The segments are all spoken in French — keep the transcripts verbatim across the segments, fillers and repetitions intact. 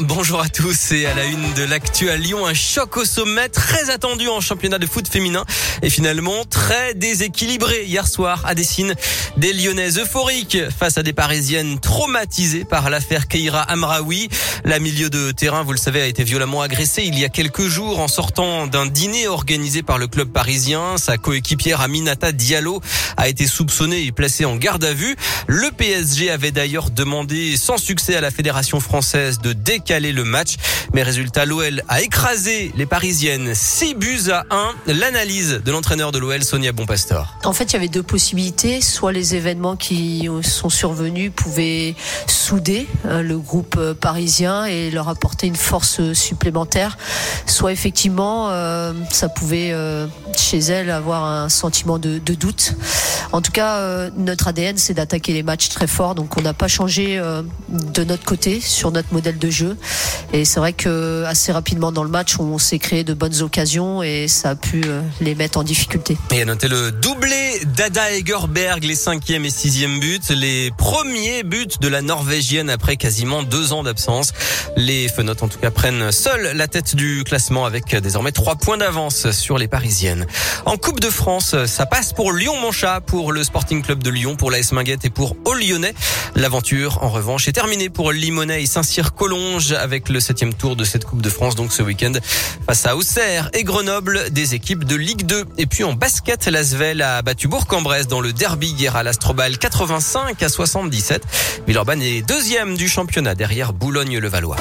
bonjour à tous et à la une de l'actu à Lyon, un choc au sommet très attendu en championnat de foot féminin et finalement très déséquilibré hier soir à Dessine. Des Lyonnaises euphoriques face à des Parisiennes traumatisées par l'affaire Keira Amraoui. La milieu de terrain, vous le savez, a été violemment agressée il y a quelques jours en sortant d'un dîner organisé par le club parisien. Sa coéquipière Aminata Diallo a été soupçonnée et placée en garde à vue. Le P S G avait d'ailleurs demandé sans succès à la Fédération française de décaler le match. Mais résultat, l'O L a écrasé les Parisiennes six buts à un. L'analyse de l'entraîneur de l'O L, Sonia Bonpastor. En fait, il y avait deux possibilités. Soit les événements qui sont survenus pouvaient souder le groupe parisien et leur apporter une force supplémentaire. Soit effectivement, euh, ça pouvait euh, chez elle avoir un sentiment de, de doute. En tout cas, euh, notre A D N, c'est d'attaquer les matchs très fort. Donc, on n'a pas changé euh, de notre côté sur notre modèle de jeu. Et c'est vrai que assez rapidement dans le match, on s'est créé de bonnes occasions et ça a pu euh, les mettre en difficulté. Et à noter le doublé d'Ada Hegerberg, les cinquième et sixième buts, les premiers buts de la Norvégienne après quasiment deux ans d'absence. Les Fenotes, en tout cas, prennent seuls la tête du classement avec désormais trois points d'avance sur les Parisiennes. En Coupe de France, ça passe pour Lyon-Monchat, pour le Sporting Club de Lyon, pour l'A S Minguette et pour Au Lyonnais. L'aventure, en revanche, est terminée pour Limonest et Saint-Cyr-Collonges avec le septième tour de cette Coupe de France, donc ce week-end, face à Auxerre et Grenoble, des équipes de Ligue deux. Et puis en basket, l'Asvel a battu Bourg-en-Bresse dans le derby hier à l'Astrobal, quatre-vingt-cinq à soixante-dix-sept. Villeurbanne est deuxième du championnat derrière Boulogne-le-Valois.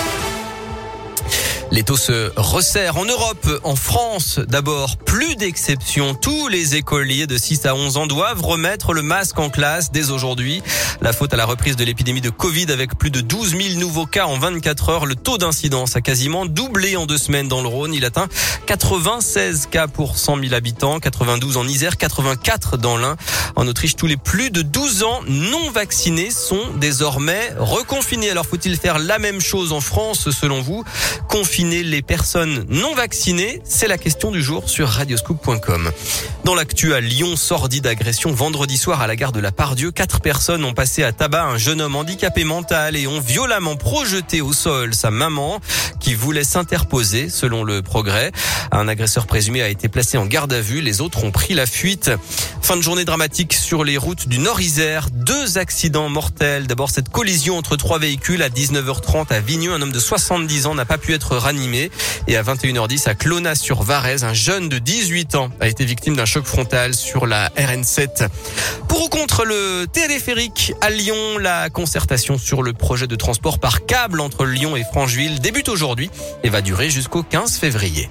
Les taux se resserrent en Europe, en France. D'abord, plus d'exceptions. Tous les écoliers de six à onze ans doivent remettre le masque en classe dès aujourd'hui. La faute à la reprise de l'épidémie de Covid avec plus de douze mille nouveaux cas en vingt-quatre heures. Le taux d'incidence a quasiment doublé en deux semaines dans le Rhône. Il atteint quatre-vingt-seize cas pour cent mille habitants, quatre-vingt-douze en Isère, quatre-vingt-quatre dans l'Ain. En Autriche, tous les plus de douze ans non vaccinés sont désormais reconfinés. Alors faut-il faire la même chose en France selon vous? Confiner les personnes non vaccinées, c'est la question du jour sur radioscoop point com. Dans l'actu à Lyon, sordide agression vendredi soir à la gare de la Pardieu. Quatre personnes ont passé à tabac un jeune homme handicapé mental et ont violemment projeté au sol sa maman qui voulait s'interposer selon le Progrès. Un agresseur présumé a été placé en garde à vue. Les autres ont pris la fuite. Fin de journée dramatique sur les routes du Nord-Isère. Deux accidents mortels. D'abord cette collision entre trois véhicules à dix-neuf heures trente à Vigneux. Un homme de soixante-dix ans n'a pas pu être ranimé. Et à vingt et une heures dix à Clonaz-sur-Varèse, un jeune de dix-huit ans a été victime d'un choc frontal sur la R N sept. Pour ou contre le téléphérique à Lyon, la concertation sur le projet de transport par câble entre Lyon et Francheville débute aujourd'hui et va durer jusqu'au quinze février.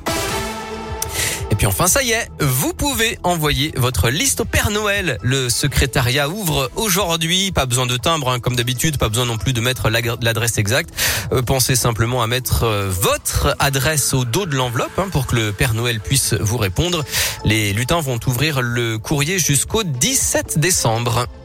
Et puis enfin, ça y est, vous pouvez envoyer votre liste au Père Noël. Le secrétariat ouvre aujourd'hui. Pas besoin de timbre, hein, comme d'habitude. Pas besoin non plus de mettre l'adresse exacte. Euh, pensez simplement à mettre euh, votre adresse au dos de l'enveloppe hein, pour que le Père Noël puisse vous répondre. Les lutins vont ouvrir le courrier jusqu'au dix-sept décembre.